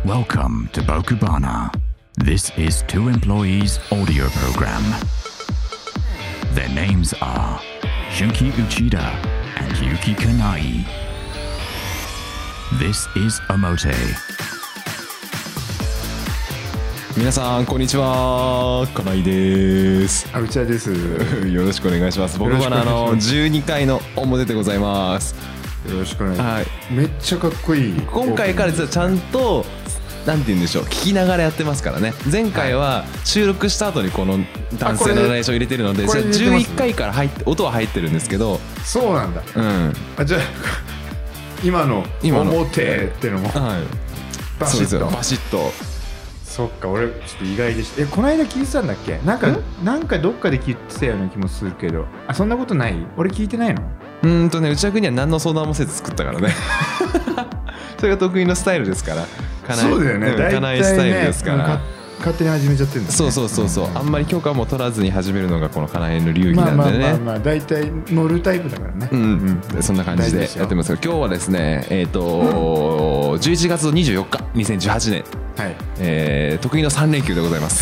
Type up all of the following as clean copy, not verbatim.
Welcome to Bokubana. This is two employees' audio program. Their names are Shunki Uchida and Yuki Kanai. This is Omote. 皆さんこんにちは、金井です。 内田です。 よろしくお願いします。僕は12回の表でございます。 よろしくお願いします。めっちゃかっこいい。 今回から実はちゃんとなんて言うんでしょう、聞きながらやってますからね。前回は収録した後にこの男性のナレーション入れてるので、11回から音は入ってるんですけど。 そうなんだ。じゃあ今の表ってのもバシッと。そっか、俺ちょっと意外でした。この間聞いてたんだっけ？なんかどっかで聞いてたような気もするけど、そんなことない？俺聞いてないの？ 内田君には何の相談もせず作ったからね。それが得意のスタイルですから。 そうだよね。 金井スタイルですから。 勝手に始めちゃってるんだね。 そう。あんまり許可も取らずに始めるのがこの金井の流儀なんでね。 まあ大体乗るタイプだからね。 そんな感じでやってますけど、今日はですね、11月24日2018年、得意の3連休でございます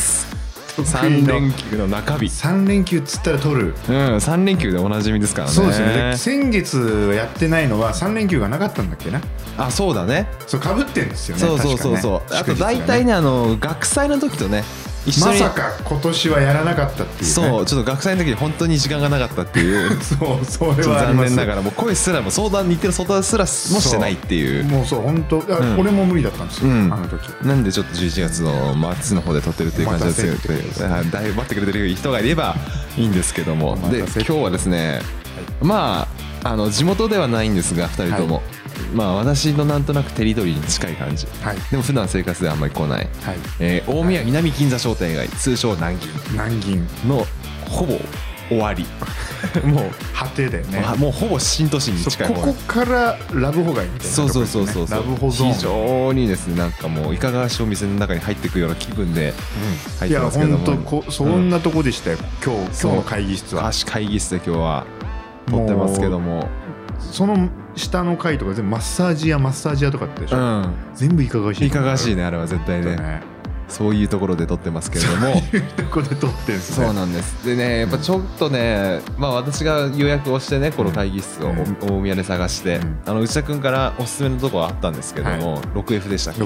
。3連休の中日。 3連休っつったら取る。 3連休でおなじみですからね。 そうですね。先月やってないのは3連休がなかったんだっけな。 あ、そうだね。 そう被ってんですよね。 そう。あと大体ね、学祭の時とね、 まさか今年はやらなかったっていうね。 そう、ちょっと学祭の時に本当に時間がなかったっていう。 それは残念ながらもう声すらも日程の相談すらもしてないっていう。 もうそう本当、俺も無理だったんですよ、あの時。 なんでちょっと11月の末の方で撮ってるっていう感じですよ。だいぶ待ってくれてる人がいればいいんですけども。で今日はですね、まあ地元ではないんですが2人とも。私のなんとなくテリトリーに近い感じ、でも普段生活ではあんまり来ない、大宮南銀座商店街、通称南銀のほぼ終わり。もう果てでね、 もうほぼ新都心に近い。 ここからラブホ街みたいな。そうラブホゾーン。非常にですね、なんかもういかがわしいお店の中に入っていくような気分で入ってますけども。いや本当そんなとこでしたよ、今日の会議室は。 会議室で今日は撮ってますけども、 その下の階とか全部マッサージ屋とかってでしょ、全部いかがわしい。 いかがわしいね、あれは絶対ね。そういうところで撮ってますけれども。 そういうところで撮ってるんですね。 そうなんです。でね、やっぱちょっとね、私が予約をしてね、この会議室を大宮で探して、内田君からおすすめのところあったんですけども、6F でしたっけ。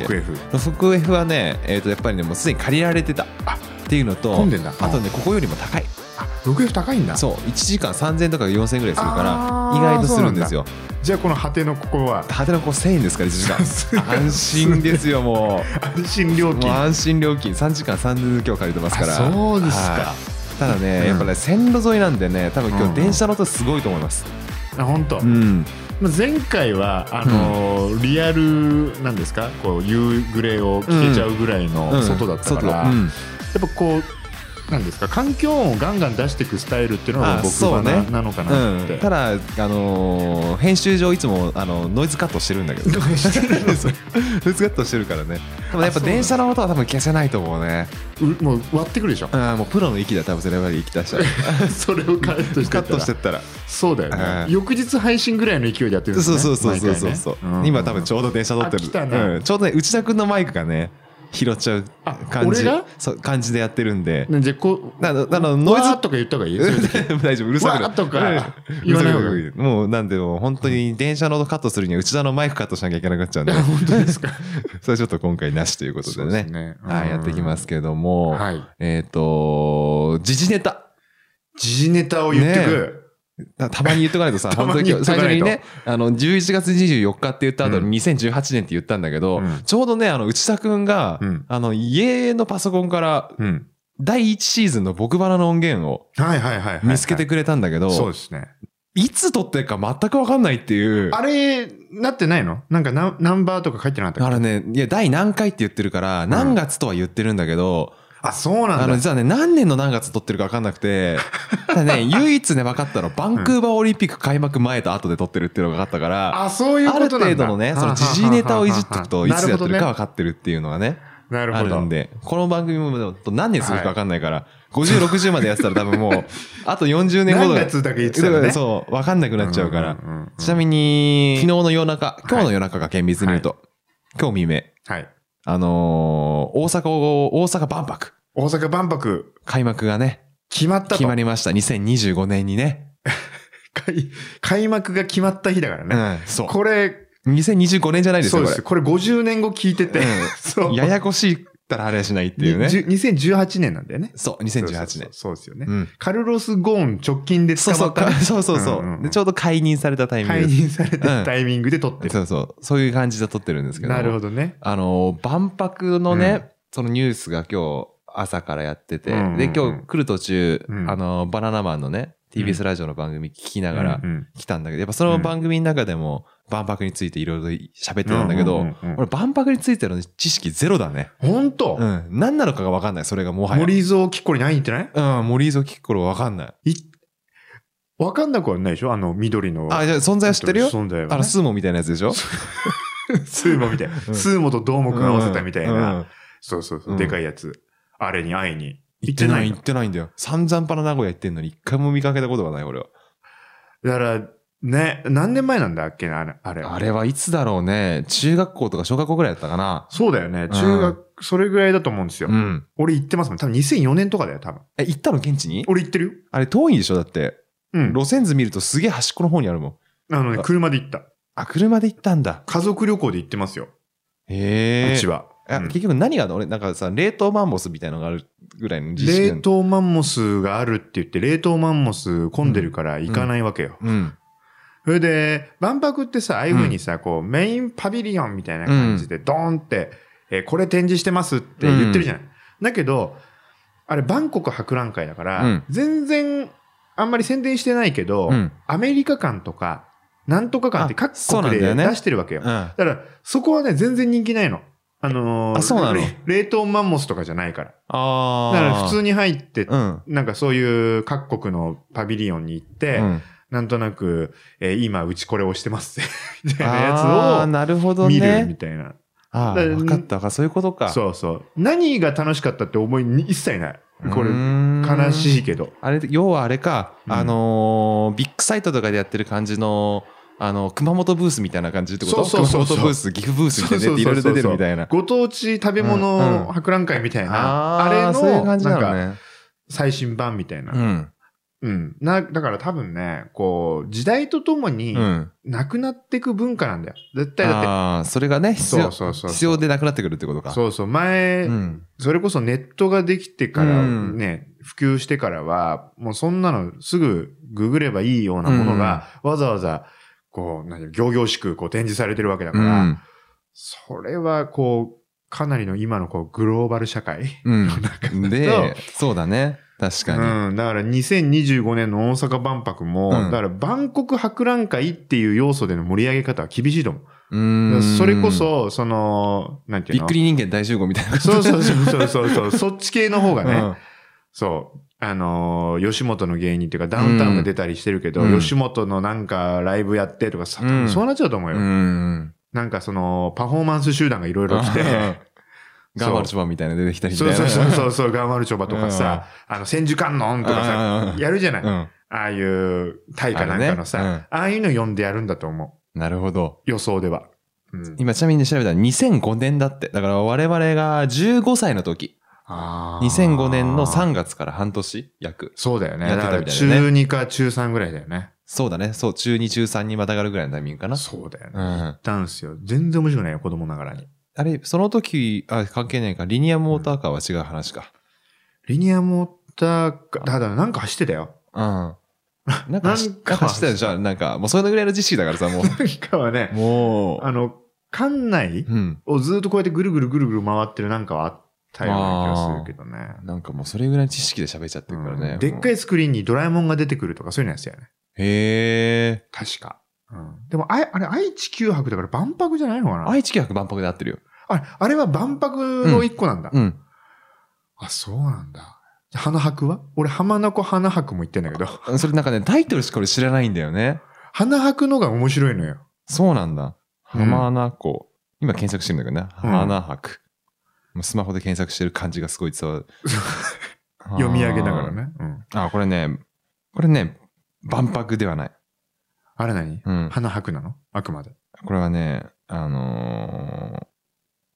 6F はね、やっぱりね、もうすでに借りられてたっていうのと、 混んでんだ。 あとね、ここよりも高い。 6F 高いんだ。 そう、1時間3000円とか4000円ぐらいするから意外とするんですよ。 じゃあこの果てのここは 1000円ですから、1時間。安心ですよ、もう。 安心料金。 安心料金。3時間3000円今日借りてますから。 そうですか。 ただね、やっぱね、線路沿いなんでね、多分今日電車の音すごいと思います。 本当。前回はリアルなんですか、こう夕暮れを聞けちゃうぐらいの外だったから、やっぱこうなんですか、環境音をガンガン出していくスタイルっていうのが僕なのかなって。 ただ編集上いつもノイズカットしてるんだけど。ノイズカットしてるからね。でもやっぱ電車の音は多分消せないと思うね。 もう割ってくるでしょ。 もうプロの域だ、多分それまで息出したら。 それをカットしてったら。そうだよね。翌日配信ぐらいの勢いでやってるんですね。 そう。今多分ちょうど電車乗ってる。ちょうどね、内田君のマイクがね拾っちゃう感じでやってるんで。 じゃこうノイズとか言った方がいい？ 大丈夫、うるさくない。 とか言わない方がいい。 もうなんでも本当に電車の音カットするには内田のマイクカットしなきゃいけなくなっちゃうんで。 本当ですか。 それちょっと今回なしということでね、やっていきますけども、時事ネタを言ってく。 たまに言っとかないとさ、本当に最初にね、11月24日って言った後に2018年って言ったんだけど、ちょうどね、内田くんが、家のパソコンから、第1シーズンの僕花の音源を見つけてくれたんだけど、 そうですね。 いつ撮ってるか全くわかんないっていう。 あれ、なってないの？なんかナンバーとか書いてなかったっけ？ あれね、いや、第何回って言ってるから、何月とは言ってるんだけど、 そうなんだ。 実はね、何年の何月撮ってるか分かんなくて、ただね、唯一ね、分かったのは、バンクーバーオリンピック開幕前と後で撮ってるっていうのが分かったから、 そういうことなんだ。 ある程度のね、その時事ネタをいじっとくと、いつやってるか分かってるっていうのがね、 なるほど。 あるんで、この番組も何年するか分かんないから、50、60までやってたら多分もう、あと40年後何月だけ言ってたらね。 そう、分かんなくなっちゃうから。ちなみに、今日の夜中が厳密に言うと、今日未明。 大阪万博。 大阪万博。 開幕がね。 決まったと。 決まりました。2025年にね。 開幕が決まった日だからね。 そう。 これ、 2025年じゃないですよ、 そうです。これ50年後聞いてて。 そう。ややこしいったらあれはしないっていうね。 2018年なんだよね。 そう、2018年。 そうですよね。カルロス・ゴーン直近で捕まった。 そう。でちょうど解任されたタイミング。 解任されたタイミングで撮ってる。 そういう感じで撮ってるんですけど。 なるほどね。 万博のね、そのニュースが今日朝からやってて、で、今日来る途中、バナナマンのね、TBS ラジオの番組聞きながら来たんだけど、やっぱその番組の中でも万博についていろいろ喋ってたんだけど、俺万博についての知識ゼロだね。 本当？ 何なのかが分かんない、それがもはや。 森蔵キッコリ何言ってない？ 森蔵キッコリ分かんない。 分かんなくはないでしょ緑の。 じゃあ存在は知ってるよ。 存在は。 スーモみたいなやつでしょ？ スーモみたいな。スーモとドーモくん合わせたみたいな。そう、でかいやつ。あれに会いに。 行ってないんだよ。散々パラ名古屋行ってんのに一回も見かけたことがない、俺は。 だから、ね、何年前なんだっけな、あれ。 あれはいつだろうね。中学校とか小学校ぐらいだったかな。 そうだよね。それぐらいだと思うんですよ。俺行ってますもん。多分2004年とかだよ、多分。 行ったの現地に？ 俺行ってるよ。 あれ遠いでしょだって。路線図見るとすげえ端っこの方にあるもん。車で行った。 車で行ったんだ。 家族旅行で行ってますよ。 へえ。 うちは。 結局何があるの？俺なんかさ、冷凍マンモスみたいなのがあるぐらいの知識。冷凍マンモスがあるって言って、冷凍マンモス混んでるから行かないわけよ。それで、万博ってさ、ああいう風にさ、こう、メインパビリオンみたいな感じで、ドーンって、これ展示してますって言ってるじゃない。だけど、あれ、バンコク博覧会だから、全然、あんまり宣伝してないけど、アメリカ館とか、なんとか館って各国で出してるわけよ。だから、そこはね、全然人気ないの。 そうなの？ 冷凍マンモスとかじゃないから。だから普通に入って、なんかそういう各国のパビリオンに行って、なんとなく、今うちこれをしてますみたいなやつを見るみたいな。 分かったか、そういうことか。 そう。何が楽しかったって思い一切ない。これ、悲しいけど。 要はあれか、ビッグサイトとかでやってる感じの、熊本ブースみたいな感じってこと？ そう熊本ブース、岐阜ブースみたいなねっていろいろ出てるみたいな。 ご当地食べ物博覧会みたいな。あれの、 そういう感じなのね。 最新版みたいな。だから多分ね、こう、時代とともに、なくなっていく文化なんだよ。絶対だって。 それがね、必要でなくなってくるってことか。 そう。前、それこそネットができてからね、普及してからは、もうそんなのすぐググればいいようなものが、わざわざ、こう、仰々しくこう展示されてるわけだから、それはこう、かなりの今のこうグローバル社会の中で、そうだね。確かに。だから2025年の大阪万博も、だから万国博覧会っていう要素での盛り上げ方は厳しいと思う。それこそ、なんていうの？ びっくり人間大集合みたいな。 そう。そっち系の方がね。そう。吉本の芸人っていうかダウンタウンが出たりしてるけど、吉本のなんかライブやってとかさ、そうなっちゃうと思うよ。なんかパフォーマンス集団がいろいろ来て、 ガーマルチョバみたいな出てきたりみたいな。 そう、ガーマルチョバとかさ、千手観音とかさ、やるじゃない。ああいう大化なんかのさ、ああいうの呼んでやるんだと思う。なるほど。 予想では。 今ちなみに調べたら2005年だって。だから我々が15歳の時。2005年の3月から半年約。 そうだよね。やってたみたいなね。中2か中3ぐらいだよね。 そうだね。そう、中2、中3にまたがるぐらいのタイミングかな。 そうだよね。行ったんすよ。全然面白くないよ、子供ながらに。 あれ、その時、関係ないか。リニアモーターカーは違う話か。 リニアモーターカー、だからなんか走ってたよ。 なんか走ってたでしょ。なんか、もうそれぐらいの知識だからさ、もう。 なんかはね、もう、館内をずっとこうやってぐるぐる回ってるなんかはあったような気がするけどね。 なんかもうそれぐらいの知識で喋っちゃってるからね。 でっかいスクリーンにドラえもんが出てくるとかそういうのやつやね。 へー。 確か。でも、あれ、愛知九博だから万博じゃないのかな？ 愛知九博万博で合ってるよ。 あれは万博の一個なんだ。そうなんだ。花博は？俺、浜名湖花博も言ってんだけど。 それなんかね、タイトルしか俺知らないんだよね。 花博のが面白いのよ。 そうなんだ。浜名湖。今検索してるんだけどね。花博。スマホで検索してる感じがすごい伝わる。 読み上げながらね。 これね、万博ではない。 あれ何？花博なの？あくまで。 これはね、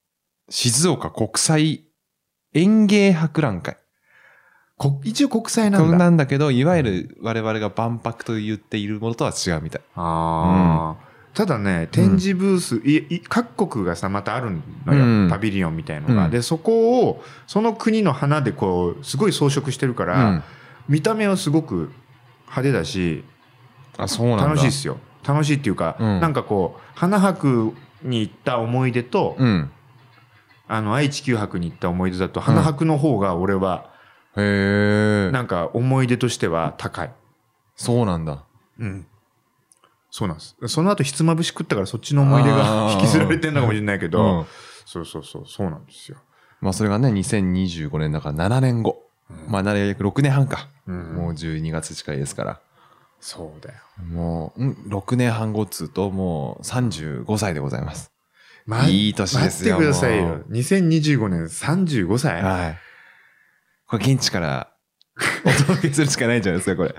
静岡国際園芸博覧会。 一応国際なんだ。 なんだけど、いわゆる我々が万博と言っているものとは違うみたい。 ただね、展示ブース、各国がさ、またあるのよ。パビリオンみたいのが。で、そこを、その国の花でこう、すごい装飾してるから、見た目はすごく派手だし、 そうなんだ。 楽しいっすよ。楽しいっていうか、なんかこう、花博に行った思い出と、愛・地球博に行った思い出だと、花博の方が俺は、なんか思い出としては高い。 そうなんだ。 そうなんです。その後ひつまぶし食ったからそっちの思い出が引きずられてんのかもしれないけど、そうなんですよ。 まあそれがね、2025年だから7年後。まあ約6年半か。もう12月近いですから。 そうだよ。 もう、6年半後っつうともう35歳でございます。いい年ですよ。 待ってくださいよ。2025年35歳？ はい。これ現地からお届けするしかないんじゃないですか、これ。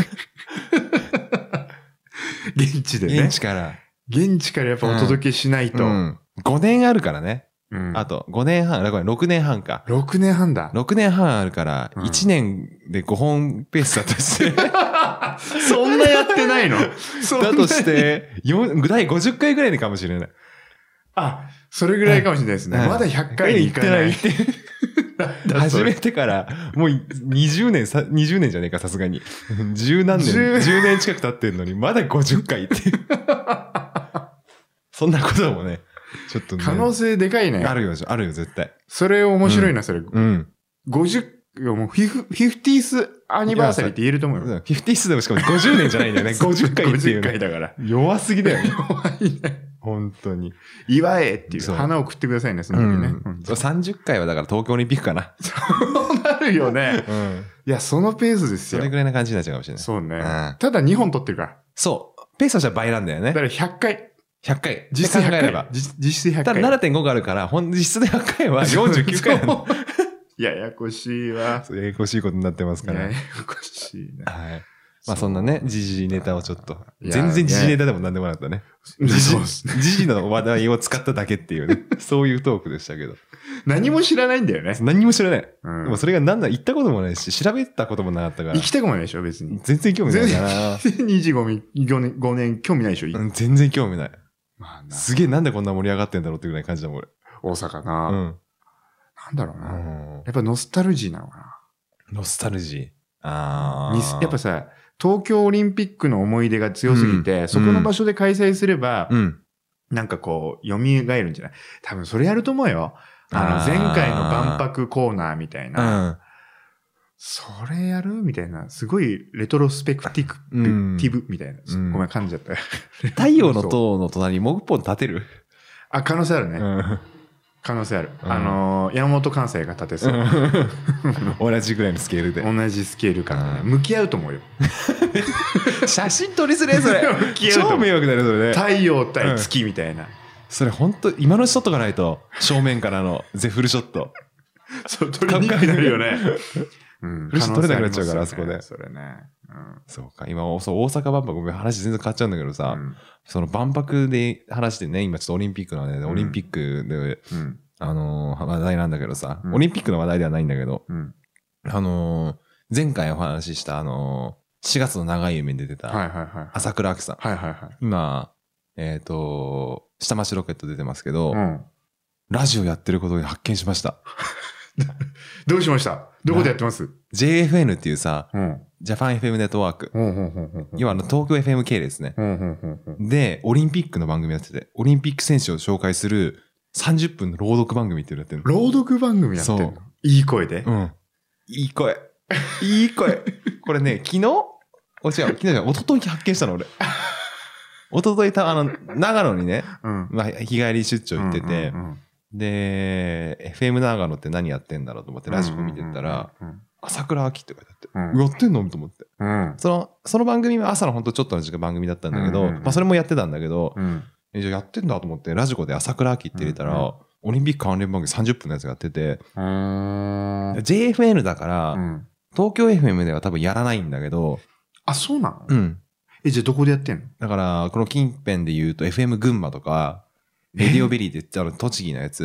現地でね。 現地からやっぱお届けしないと。 5年あるからね。あと5年半、6年半か。 6年半だ。 6年半あるから、1年で5本ペースだとして。 そんなやってないの？だとして、第50回ぐらいかもしれない。 それぐらいかもしれないですね。まだ100回に行かない。 始めてから、もう20年じゃねえか、さすがに。10年近く経ってるのに、まだ50回って。そんなこともね、ちょっとね。 可能性でかいね。 あるよ、絶対。 それ面白いな、それ。50、もう50th アニバーサリーって言えると思うよ。 50th でもしかも50年じゃないんだよね。50回っていう。 50回だから。 弱すぎだよね。 弱いね。 本当に。 祝えっていう花を送ってくださいね、その時ね。 30回はだから東京オリンピックかな。 そうなるよね。いや、そのペースですよ。 それぐらいな感じになっちゃうかもしれない。 そうね。ただ2本取ってるから。 そう。ペースとしては倍なんだよね。 だから100回。 100回。 実質100回。実質100回。 ただ 7.5 があるから、実質で100回は49回なの。 ややこしいわ。 ややこしいことになってますから。 ややこしいな。 はい。まあそんなね、時事ネタをちょっと。全然時事ネタでも何でもなかったね。時事の話題を使っただけっていうね。そういうトークでしたけど。 何も知らないんだよね。 何も知らない。でもそれが何だ、行ったこともないし、調べたこともなかったから。 行きたくもないでしょ、別に。 全然興味ないかな。 2025年興味ないでしょ。 全然興味ない。すげえなんでこんな盛り上がってんだろうってぐらい感じだもん、俺。 大阪な。なんだろうな。やっぱノスタルジーなのかな。 ノスタルジー。 やっぱさ、東京オリンピックの思い出が強すぎて、そこの場所で開催すれば、なんかこう、蘇るんじゃない？多分それやると思うよ。前回の万博コーナーみたいな。それやるみたいな。すごいレトロスペクティブみたいな。ごめん、噛んじゃった。 太陽の塔の隣にもう一本立てる？ 可能性あるね。可能性ある。山本関西が立てそう。 同じぐらいのスケールで。 同じスケール感でね。向き合うと思うよ。 写真撮りづれそれ。超迷惑だね、それね。 太陽対月みたいな。 それ本当今のショットがないと、正面からのゼフルショット。 そう、撮りにくくなるよね。 フルショット撮れなくなっちゃうから、あそこで。 それね。 そうか。今、大阪万博、ごめん、話全然変わっちゃうんだけどさ、その万博で話してね、今ちょっとオリンピックなんで、オリンピックで、話題なんだけどさ、オリンピックの話題ではないんだけど、前回お話しした、4月の長い夢に出てた、朝倉亜希さん。今、下町ロケット出てますけど、ラジオやってることに発見しました。 どうしました？どこでやってます？ JFN っていうさ、ジャパン FM ネットワーク。要は東京 FM 系ですね。で、オリンピックの番組やってて、オリンピック選手を紹介する30分の朗読番組っていうのやってるの。 朗読番組やってるの？いい声で？ いい声。いい声。これね、昨日じゃ一昨日発見したの、俺。一昨日長野にね、日帰り出張行ってて、で、FM 長野って何やってんだろうと思ってラジコ見てたら、朝倉亜希って書いてあって、やってんのと思って。その番組は朝のほんとちょっとの時間番組だったんだけど、まあそれもやってたんだけど、じゃあやってんだと思ってラジコで朝倉亜希って入れたら、オリンピック関連番組30分のやつがやってて、JFN だから、東京 FM では多分やらないんだけど。 あ、そうなの？じゃあどこでやってんの？ だから、この近辺で言うと FM 群馬とか、レディオベリーって言ったら栃木のやつ。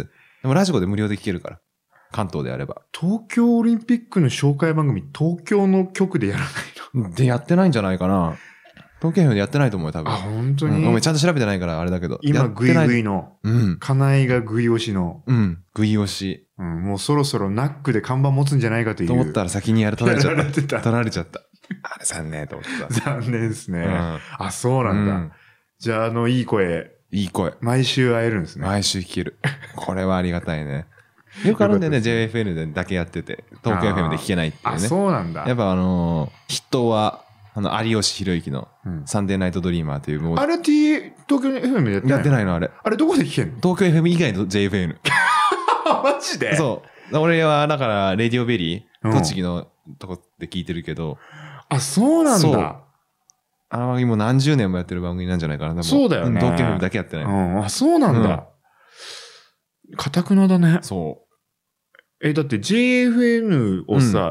でもラジコで無料で聴けるから。関東であれば。 東京オリンピックの紹介番組、東京の局でやらないの？で、やってないんじゃないかな。東京 FM でやってないと思うよ、多分。 あ、本当に？ ごめん、ちゃんと調べてないからあれだけど。 今、グイグイの。 うん。 金井がグイ押しの。 うん。グイ押し。 うん。もうそろそろナックで看板持つんじゃないかという。 と思ったら先にやられちゃった。取られちゃった。あれ残念と思った。 残念ですね。あ、そうなんだ。じゃあ、いい声。 いい声。 毎週会えるんですね。 毎週聞ける。これはありがたいね。よくあるんだよね、JFN でだけやってて、東京 FM で聞けないっていうね。あ、 そうなんだ。 やっぱ筆頭は、有吉弘行のサンデーナイトドリーマーという。 あれって東京 FM でやってないの？ やってないのあれ。 あれどこで聞けんの？ 東京 FM 以外の JFN。 マジで？ そう。俺はだから、レディオベリー、栃木のとこで聞いてるけど。 あ、そうなんだ。そう。 あの番組も何十年もやってる番組なんじゃないかな。 そうだよね。 東京 FM だけやってない。 あ、そうなんだ。かたくなだね。 そう。 だって JFN をさ、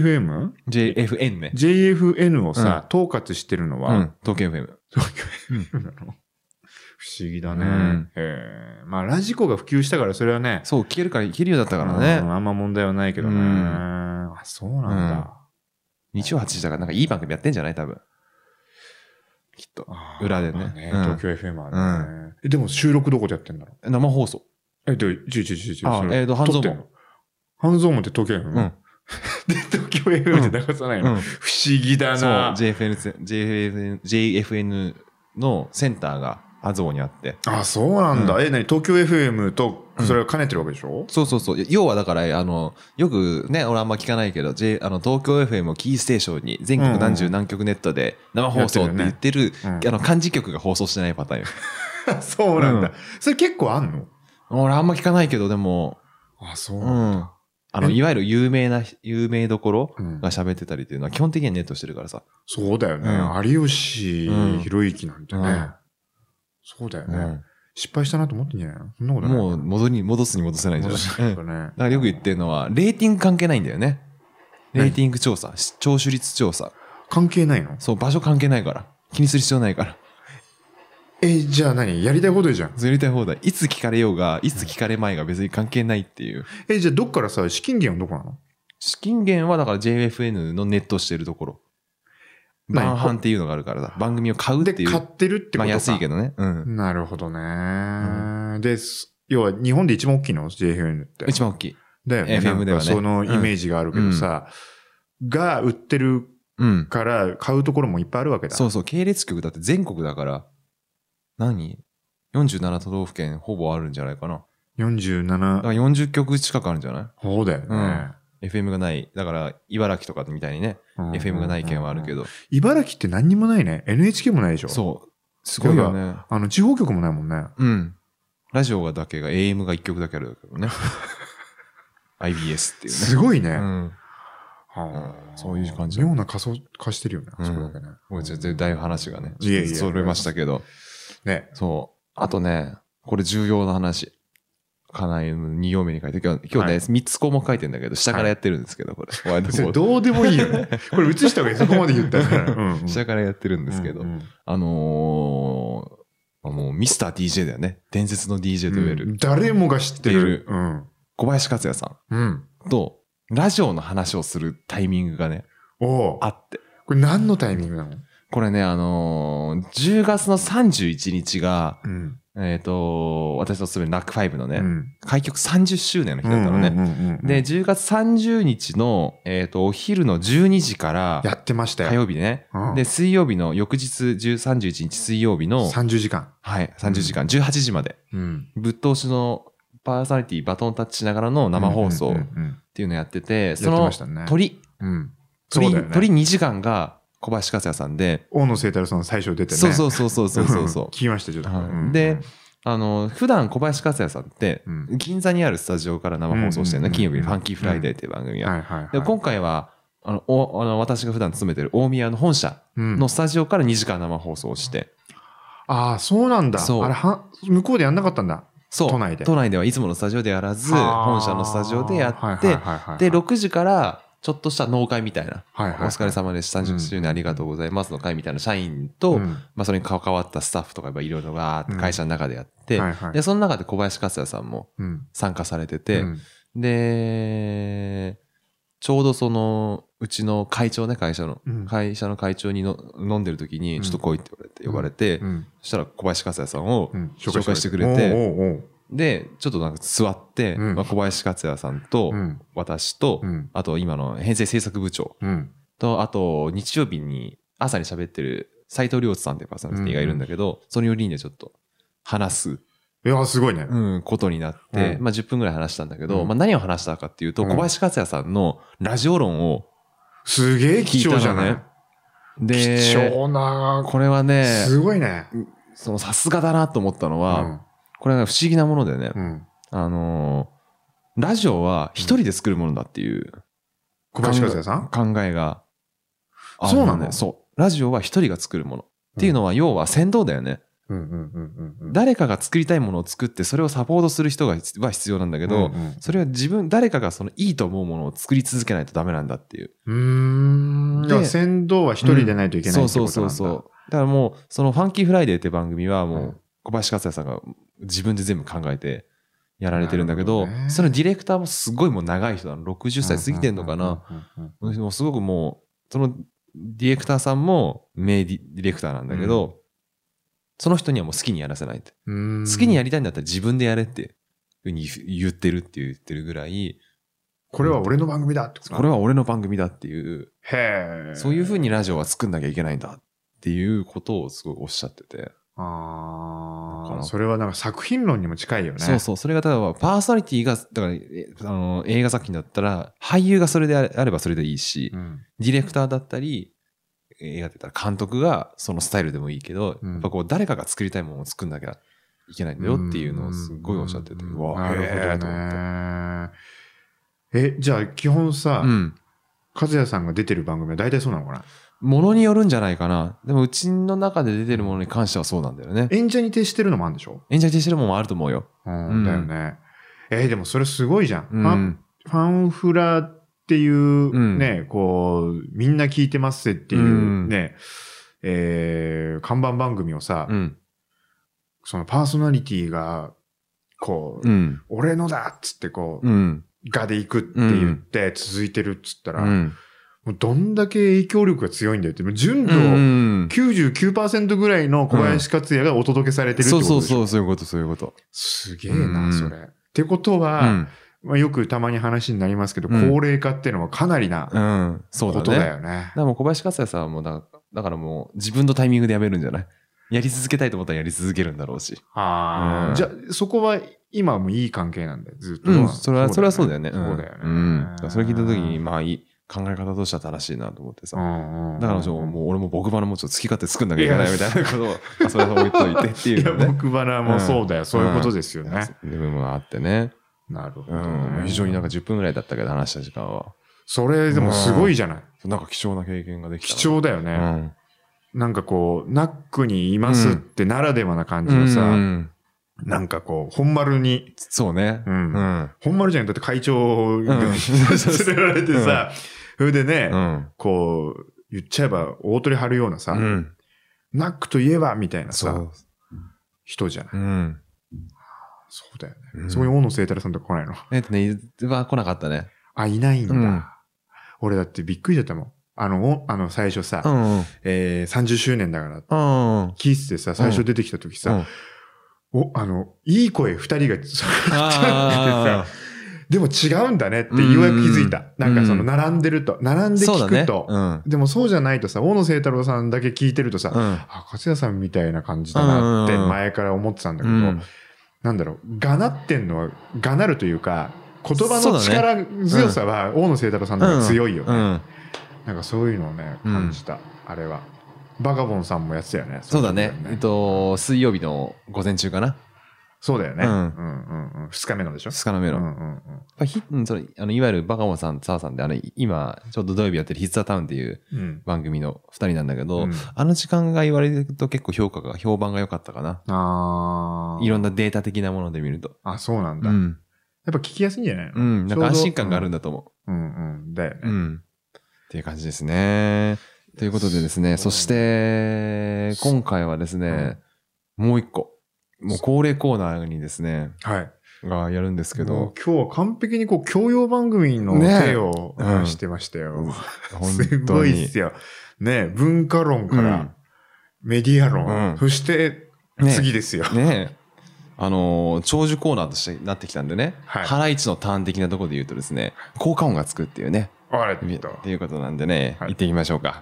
JFN ね。 JFN をさ、統括してるのは、 東京 FM。 東京 FM なの？不思議だね。まあ、ラジコが普及したからそれはね。 そう、聞けるから聞けるようだったからね。 あんま問題はないけどね。あ、そうなんだ。 日曜8時だからなんかいい番組やってんじゃない多分。きっと。裏でね。 東京 FM はね。でも収録どこでやってんだろう？ 生放送。 半蔵門。半蔵門って東京 FM？ で、東京 FM で流さないの？不思議だな。 そう、JFN のセンターが半蔵にあって。 あ、そうなんだ。何？東京 FM とそれを兼ねてるわけでしょ？ そうそうそう。要はだから、よくね、俺あんま聞かないけど、東京 FM をキーステーションに全国何十何局ネットで生放送って言ってる、漢字局が放送してないパターンよ。 そうなんだ。それ結構あんの？ 俺あんま聞かないけど、でも。 あ、そうなんだ。 いわゆる有名どころが喋ってたりっていうのは基本的にはネットしてるからさ。 そうだよね。有吉弘行なんてね。そうだよね。失敗したなと思ってんじゃないの？そんなことない。 もう戻すに戻せないんじゃない？だからよく言ってるのは、レーティング関係ないんだよね。レーティング調査、聴取率調査。 関係ないの？ そう、場所関係ないから。気にする必要ないから。 じゃあ何？やりたい放題じゃん。 やりたい放題。いつ聞かれようが、いつ聞かれまいが別に関係ないっていう。 じゃあどっからさ、資金源はどこなの？ 資金源はだから JFN のネットしてるところ。番販っていうのがあるからだ。番組を買うっていう。 で、買ってるってことか。 まあ安いけどね。 なるほどね。で、要は日本で一番大きいの？ JFN って。 一番大きい。 だよね。 FM ではね。 そのイメージがあるけどさ、が売ってるから買うところもいっぱいあるわけだ。 そうそう。系列局だって全国だから。47都道府県ほぼあるんじゃないかな。 47。だから40局近くあるんじゃない？ そうだよね。 FM がない。だから、茨城とかみたいにね、FM がない県はあるけど。 茨城って何にもないね。NHK もないでしょ？ そう。すごいよね。 地方局もないもんね。 うん。ラジオだけが、AM が1局だけあるけどね。IBS っていうね。 すごいね。 そういう感じ。 妙な過疎化してるよね。そこだけね。 もう全然だいぶ話がね、 それましたけど。ね。そう。あとね、これ重要な話。かなり2行目に書いて、今日ね、3つ項目書いてんだけど、下からやってるんですけど、これ。 どうでもいいよね。これ映した方がいい。そこまで言ったら。 下からやってるんですけど、もうミスター DJ だよね。伝説の DJ と言える。 誰もが知ってる。 小林克也さん。と、ラジオの話をするタイミングがね、あって。 これ何のタイミングなの？ これね、10月の31日が、私の勤めるナック5のね、開局30周年の日だったのね。で、10月30日の、お昼の12時から、 やってましたよ。 火曜日ね。で、水曜日の翌日31日水曜日の、 30時間。 はい、30時間、18時まで。ぶっ通しのパーソナリティバトンタッチしながらの生放送っていうのをやってて、その鳥2時間が、小林克也さんで。 大野聖太郎さん最初出てね。 そう。 聞きました、ちょっと。 で、普段小林克也さんって、銀座にあるスタジオから生放送してるね。金曜日にファンキーフライデーっていう番組が。で、今回は、私が普段勤めてる大宮の本社のスタジオから2時間生放送をして。 ああ、そうなんだ。あれ、向こうでやんなかったんだ。 そう。都内ではいつものスタジオでやらず、本社のスタジオでやって、で、6時から、 ちょっとした納会みたいな、お疲れ様です、30周年ありがとうございますの会みたいな社員と、まあそれに関わったスタッフとかいろいろが会社の中でやって、で、その中で小林克也さんも参加されてて、で、ちょうどその、うちの会長ね、会社の会長に飲んでる時に、ちょっと来いって呼ばれて、そしたら小林克也さんを紹介してくれて、で、ちょっとなんか座って、まあ、小林克也さんと、私と、あと今の編成制作部長と、あと日曜日に朝に喋ってる斉藤亮さんっていうパーソナリティがいるんだけど、その4人でちょっと話す。 いや、すごいね。 ことになって、まあ10分ぐらい話したんだけど、まあ何を話したかっていうと、小林克也さんのラジオ論をすげえ貴重じゃない？ で、 貴重なこれはね、 すごいね。 そのさすがだなと思ったのは、これは不思議なものでね、ラジオは一人で作るものだっていう、 小林克也さん考えが。 そうなの？ そう。ラジオは一人が作るもの。っていうのは、要は先導だよね。誰かが作りたいものを作って、それをサポートする人は必要なんだけど、それは誰かがそのいいと思うものを作り続けないとダメなんだっていう。 じゃあ先導は一人でないといけないってことなんだ。 そう。だからもう、そのファンキーフライデーって番組はもう、小林克也さんが自分で全部考えてやられてるんだけど、そのディレクターもすごいもう長い人なの。60歳過ぎてんのかな。もうすごくもう、そのディレクターさんも名ディレクターなんだけど、その人にはもう好きにやらせないって。好きにやりたいんだったら自分でやれっていうふうに言ってるぐらい。 これは俺の番組だってこと？ これは俺の番組だっていう。 へー。 そういうふうにラジオは作んなきゃいけないんだっていうことをすごいおっしゃってて。 それはなんか作品論にも近いよね。 そう。それが例えばパーソナリティが、だから、映画作品だったら俳優がそれであればそれでいいし、ディレクターだったり、映画って言ったら監督がそのスタイルでもいいけど、やっぱこう誰かが作りたいものを作んなきゃいけないんだよっていうのをすごいおっしゃってて、うわ、 なるほどと思って。じゃあ基本さ、和也さんが出てる番組は大体そうなのかな？ ものによるんじゃないかな。でもうちの中で出てるものに関してはそうなんだよね。 演者に徹してるのもあるんでしょ？ 演者に徹してるものもあると思うよ。 だよね。でもそれすごいじゃん。ファンフラっていうね、こう、みんな聞いてますっていうね、看板番組をさ、そのパーソナリティが、こう、俺のだっつってこう、がで行くって言って続いてるっつったら、もうどんだけ影響力が強いんだよって、純度 99% ぐらいの小林克也がお届けされてるってことでしょ？ そういうこと。すげえな、それ。ってことは、まあよくたまに話になりますけど、高齢化っていうのはかなりなことだよね。 だからもう小林克也さんはもうだからもう自分のタイミングでやめるんじゃない？やり続けたいと思ったらやり続けるんだろうし。じゃあそこは今はもういい関係なんだよ、ずっと。 それはそうだよね。 そうだよね。 それ聞いた時に、まあいい。考え方としては正しいなと思ってさ。だからもう俺も僕花もちょっと好き勝手作んなきゃいけないみたいなことを、それを置いといてっていう、ね。 いや、僕花もそうだよ。そういうことですよね。 部分もあってね。 なるほど。 非常になんか10分ぐらいだったけど話した時間は。 それでもすごいじゃない。 なんか貴重な経験ができた。 貴重だよね。なんかこう、ナックにいますってならではな感じのさ、なんかこう、本丸に。 そうね。 本丸じゃん。だって会長に連れられてさ、それでね、こう、言っちゃえば大鳥張るようなさ、ナックといえばみたいなさ、人じゃない。そうだよね。そこに大野聖太郎さんとか来ないの？ は来なかったね。 いないんだ。俺だってびっくりだったもん。最初さ、30周年だから、聞いててさ、最初出てきた時さ、いい声2人が、さ、でも違うんだねってようやく気づいた。なんかその並んでると、並んで聞くと、でもそうじゃないとさ、大野聖太郎さんだけ聞いてるとさ、勝也さんみたいな感じだなって前から思ってたんだけど、なんだろう、がなってんのは、がなるというか、言葉の力強さは大野聖太郎さんの方が強いよね。なんかそういうのをね、感じた、あれは。バカボンさんもやってたよね。 そうだね。水曜日の午前中かな。 そうだよね。二日目のでしょ？ 二日目の。いわゆるバカボンさん、澤さんで、今、ちょうど土曜日やってるヒッツアタウンっていう番組の二人なんだけど、あの時間が言われると結構評判が良かったかな。いろんなデータ的なもので見ると。 そうなんだ。 やっぱ聞きやすいんじゃないの？ うん。なんか安心感があるんだと思う。うんうん。だよね。 うん。っていう感じですね。ということでですね、そして、今回はですね、もう一個、もう恒例コーナーにですね、 はい。 がやるんですけど、 今日は完璧にこう、教養番組の手をしてましたよ。すごいっすよ。ね、文化論からメディア論、そして次ですよ。 ね。長寿コーナーとしてなってきたんでね、ハライチのターン的なところで言うとですね、効果音がつくっていうね、っていうことなんでね、行ってみましょうか。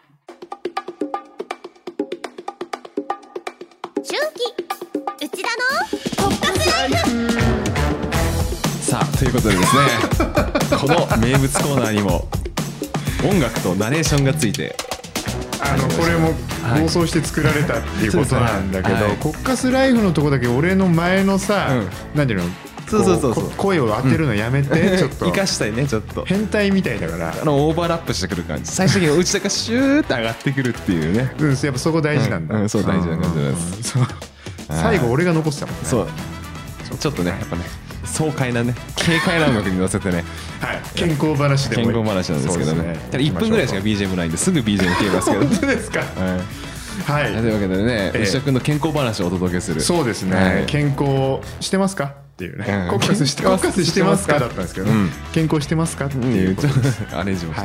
さあ、ということでですね、この名物コーナーにも音楽とナレーションがついて、 これも妄想して作られたっていうことなんだけど、コッカスライフのとこだけ俺の前のさ、なんていうの、声を当てるのやめて、ちょっと生かしたいね、ちょっと変態みたいだから、 オーバーラップしてくる感じ、最終的に内田がシューって上がってくるっていうね。 やっぱそこ大事なんだ。 そう、大事な感じです。 最後俺が残してたもんね。 そう、ちょっとね、やっぱね、爽快なね、軽快な音楽に乗せてね、 健康話でも健康話なんですけどね、1分ぐらいしか BGM ないんですぐ BGM 消えますけど。 本当ですか？はい。 というわけでね、内田君の健康話をお届けする。 そうですね。健康してますかっていうね。コッカスしてますかだったんですけど、健康してますかっていうアレンジもして。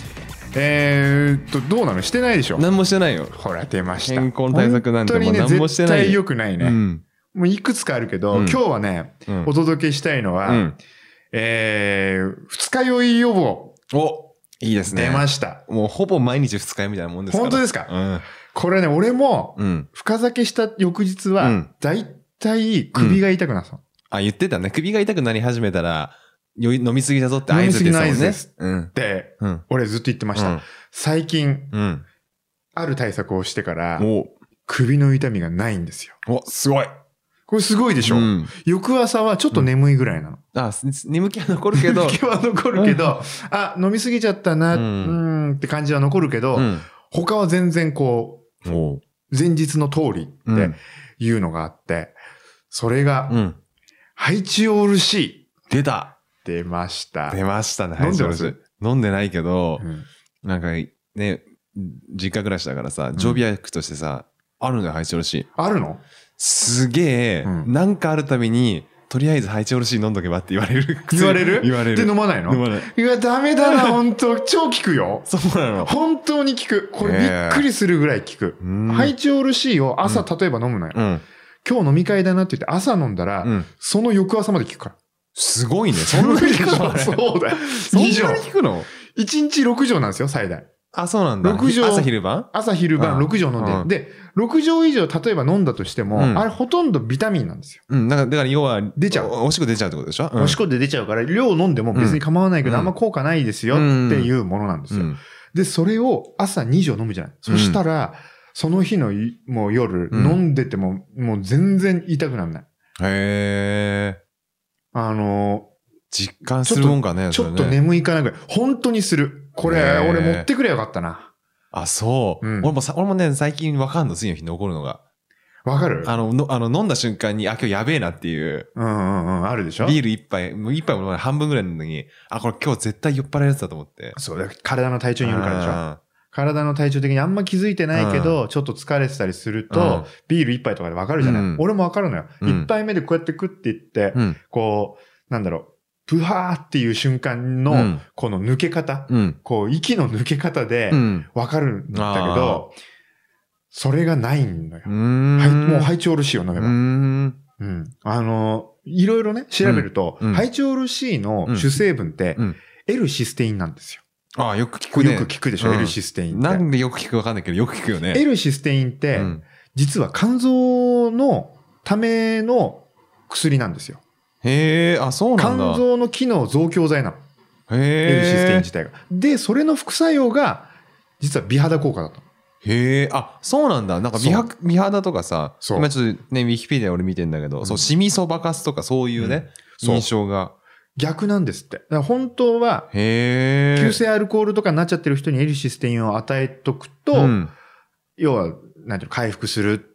どうなの？してないでしょ？ 何もしてないよ。 ほら出ました。 健康の対策なんてもう何もしてない。 絶対良くないね。もういくつかあるけど、今日はね、お届けしたいのは、二日酔い予防。 お、いいですね。 出ました。 もうほぼ毎日二日酔いみたいなもんですから。 本当ですか？これね、俺も、深酒した翌日は、だいたい首が痛くなった。 あ、言ってたね。首が痛くなり始めたら、飲みすぎだぞって合図ですもんね。飲みすぎの合図です。 って、俺ずっと言ってました。最近、ある対策をしてから、首の痛みがないんですよ。 お、すごい。 これすごいでしょ？翌朝はちょっと眠いぐらいなの。 眠気は残るけど。 眠気は残るけど、飲みすぎちゃったな、って感じは残るけど、他は全然こう、前日の通りっていうのがあって、それが、ハイチオール C。 出た。 出ました。 出ましたね、ハイチオール C。飲んでないけど、なんかね、実家暮らしだからさ、常備薬としてさ、あるんだよ、ハイチオール C。 あるの？ すげえ、なんかあるたびに、とりあえずハイチオール C 飲んどけばって言われる。 言われる？ 言われる。 で飲まないの？ 飲まない。 いや、ダメだな、本当超効くよ。 そうなの。 本当に効く。これびっくりするぐらい効く。ハイチオール C を朝例えば飲むのよ。今日飲み会だなって言って朝飲んだら、その翌朝まで効くから。 すごいね。そんなに効くの？ そうだよ。 そんなに効くの？ 1 日6錠なんですよ、最大。 あ、そうなんだ。 6錠。 朝昼晩 6錠飲んで。で、6錠以上例えば飲んだとしても、あれほとんどビタミンなんですよ。 だから要は、 出ちゃう。 おしっこ出ちゃうってことでしょ？ おしっこで出ちゃうから、量飲んでも別に構わないけど、あんま効果ないですよっていうものなんですよ。で、それを朝2錠飲むじゃない。そしたら、その日のもう夜、飲んでても、もう全然痛くならない。 へー。実感するもんかね。 ちょっと眠いかなぐらい。本当にする。これ、俺持ってくれよかったな。 あ、そう。俺もね、最近わかんの、次の日残るのが。 わかる？ 飲んだ瞬間に、今日やべえなっていう。 あるでしょ？ ビール一杯、もう一杯も半分ぐらいなのに、これ今日絶対酔っ払うやつだと思って。 そうだ、体の体調によるからでしょ？体の体調的にあんま気づいてないけど、ちょっと疲れてたりすると、ビール一杯とかでわかるじゃない？俺もわかるのよ。一杯目でこうやって食っていって、こう、なんだろう、プハーっていう瞬間の、この抜け方、こう、息の抜け方で、わかるんだけど、それがないのよ。もうハイチオール C を飲めば。いろいろね、調べると、ハイチオール C の主成分って、L システインなんですよ。 ああ、よく聞くね。 よく聞くでしょ、L システインって。 なんでよく聞くわかんないけど、よく聞くよね。 L システインって、実は肝臓のための薬なんですよ。 へえ、あ、そうなんだ。 肝臓の機能増強剤なの。 へえ。 L システイン自体が。で、それの副作用が、実は美肌効果だと。 へえ、あ、そうなんだ。なんか美肌とかさ、今ちょっとね、ウィキペディア俺見てんだけど、そう、シミそばかすとかそういうね、印象が。 逆なんですって。だから本当は、急性アルコールとかになっちゃってる人にLシステインを与えとくと、要は、なんていうの、回復する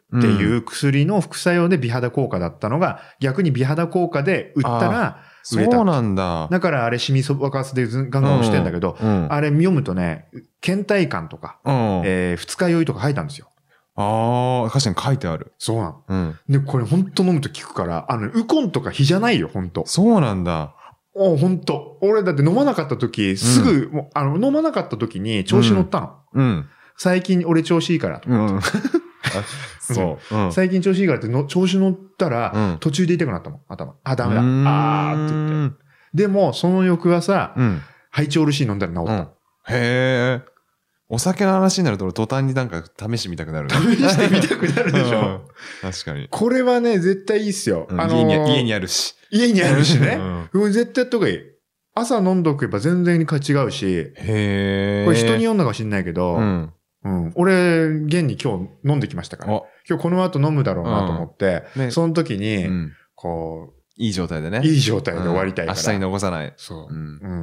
っていう薬の副作用で美肌効果だったのが、逆に美肌効果で売ったら売れた。 そうなんだ。 だからあれシミそばかすでガンガン押してんだけど、あれ読むとね、倦怠感とか、二日酔いとか書いたんですよ。 ああ、確かに書いてある。 そうなの。で、これほんと飲むと効くから、ウコンとか火じゃないよ、ほんと。 そうなんだ。 ほんと。俺だって飲まなかった時、すぐ、飲まなかった時に調子乗ったの。最近俺調子いいからと思って。そう。最近調子いいからって調子乗ったら、途中で痛くなったもん、頭。ダメだ。って言って。でも、その翌朝、ハイチョール C 飲んだら治った。 へえ。お酒の話になると途端になんか試してみたくなるね。 試してみたくなるでしょ。 確かに。 これはね、絶対いいっすよ。 家にあるし。 家にあるしね。絶対やった方がいい。朝飲んどけば全然違うし。 へー。 これ人に読んだかもしんないけど、俺、現に今日飲んできましたから。今日この後飲むだろうなと思って、その時に、こう、 いい状態でね。 いい状態で終わりたいから。 明日に残さない。 そう。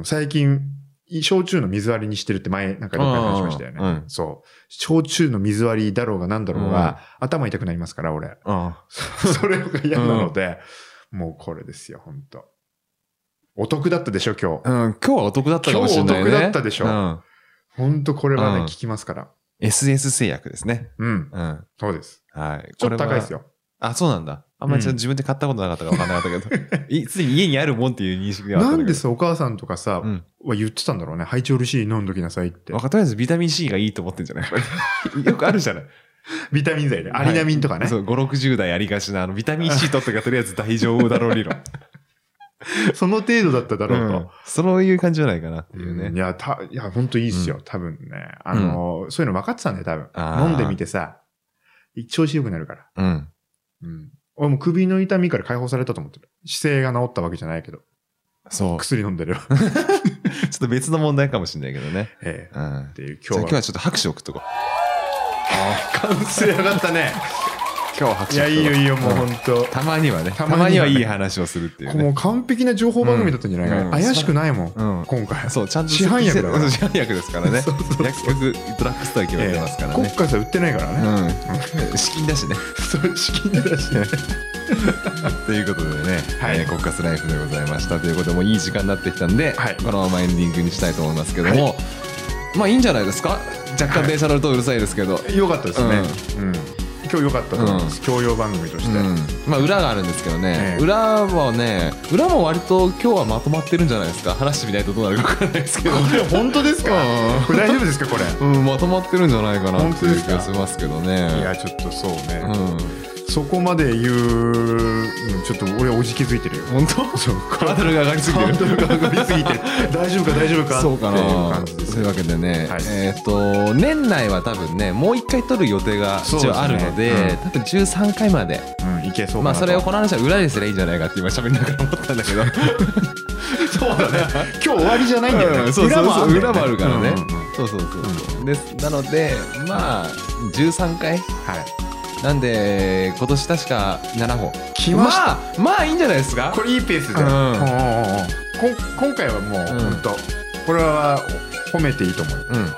最近、焼酎の水割りにしてるって前、なんかどっかで話しましたよね。そう。焼酎の水割りだろうがなんだろうが、頭痛くなりますから、俺。それが嫌なので、もうこれですよ、ほんと。お得だったでしょ、今日。 今日はお得だったかもしれないね。 今日お得だったでしょ。ほんとこれはね、効きますから。 SS 製薬ですね。 そうです。 はい。 ちょっと高いですよ。 あ、そうなんだ。あんまり自分で買ったことなかったから分かんなかったけど。すでに家にあるもんっていう認識があったんだけど。 なんでさ、お母さんとかさ、は言ってたんだろうね。ハイチョール C 飲んどきなさいって。 とりあえずビタミン C がいいと思ってんじゃないよくあるじゃない。 ビタミン剤で。アリナミンとかね。 そう、5、60代ありがちな、ビタミン C 取っとけばとりあえず大丈夫だろう理論。 その程度だっただろうと。 そういう感じじゃないかなっていうね。 いや、ほんといいっすよ。多分ね。そういうの分かってたんだよ、多分。飲んでみてさ、調子良くなるから。俺も首の痛みから解放されたと思ってる。姿勢が治ったわけじゃないけど。 そう。 薬飲んでるよ。 ちょっと別の問題かもしれないけどね。 っていう今日はちょっと拍手を送っとこう。 完成上がったね。 今日は拍手。 いや、いいよいいよ、もうほんと。 たまにはね。たまにはいい話をするっていう。 もう完璧な情報番組だったんじゃないかな。怪しくないもん。今回。 そう、ちゃんと。 市販薬だから。 市販薬ですからね。薬局、ドラッグストア決めてますからね。 国家さ売ってないからね。 資金だしね。 そう、資金だしね。 ということでね、国家スライフでございましたということで、もういい時間になってきたんで、このままエンディングにしたいと思いますけども、まあいいんじゃないですか。若干電車乗るとうるさいですけど。 よかったですね。今日良かったと思います。教養番組として。 まあ裏があるんですけどね。裏も割と今日はまとまってるんじゃないですか。話してみないとどうなるか分からないですけど。 本当ですか。これ大丈夫ですかこれ。 まとまってるんじゃないかなっていう気がしますけどね。 いやちょっとそうね。そこまで言う、ちょっと俺はおじけづいてるよ。 本当？そう。ハードルが上がりすぎてる。 ハードルが上がりすぎてる。大丈夫か大丈夫か。 そうかな。そういうわけでね、年内は多分ね、もう一回撮る予定が一応あるので、多分13回まで。 いけそうかな。 まあそれをこの話は裏ですりゃいいんじゃないかって今喋りながら思ったんだけど。 そうだね。今日終わりじゃないんだよね。 裏もあるからね。そう。です。なので、まあ13回。なんで今年確か7本来ました。 まあいいんじゃないですか。 これいいペースで。今回はもう本当これは褒めていいと思う。なの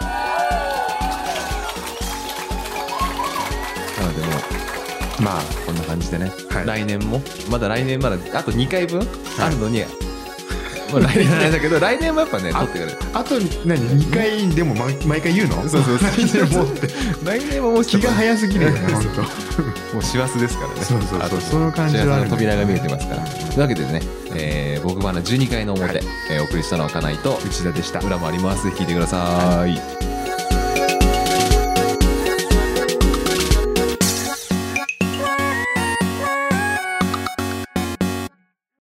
でもまあこんな感じでね。来年もまだあと2回分あるのに。来年なんだけど、来年もやっぱね、撮ってくれる。 あと2回でも毎回言うの？ そう。 来年ももう気が早すぎるよね、本当。 もう師走ですからね。 そう。その感じはある。 扉が見えてますから。というわけでね、僕は12回の表、お送りしたのは金井と内田でした。 裏もあります。聞いてください。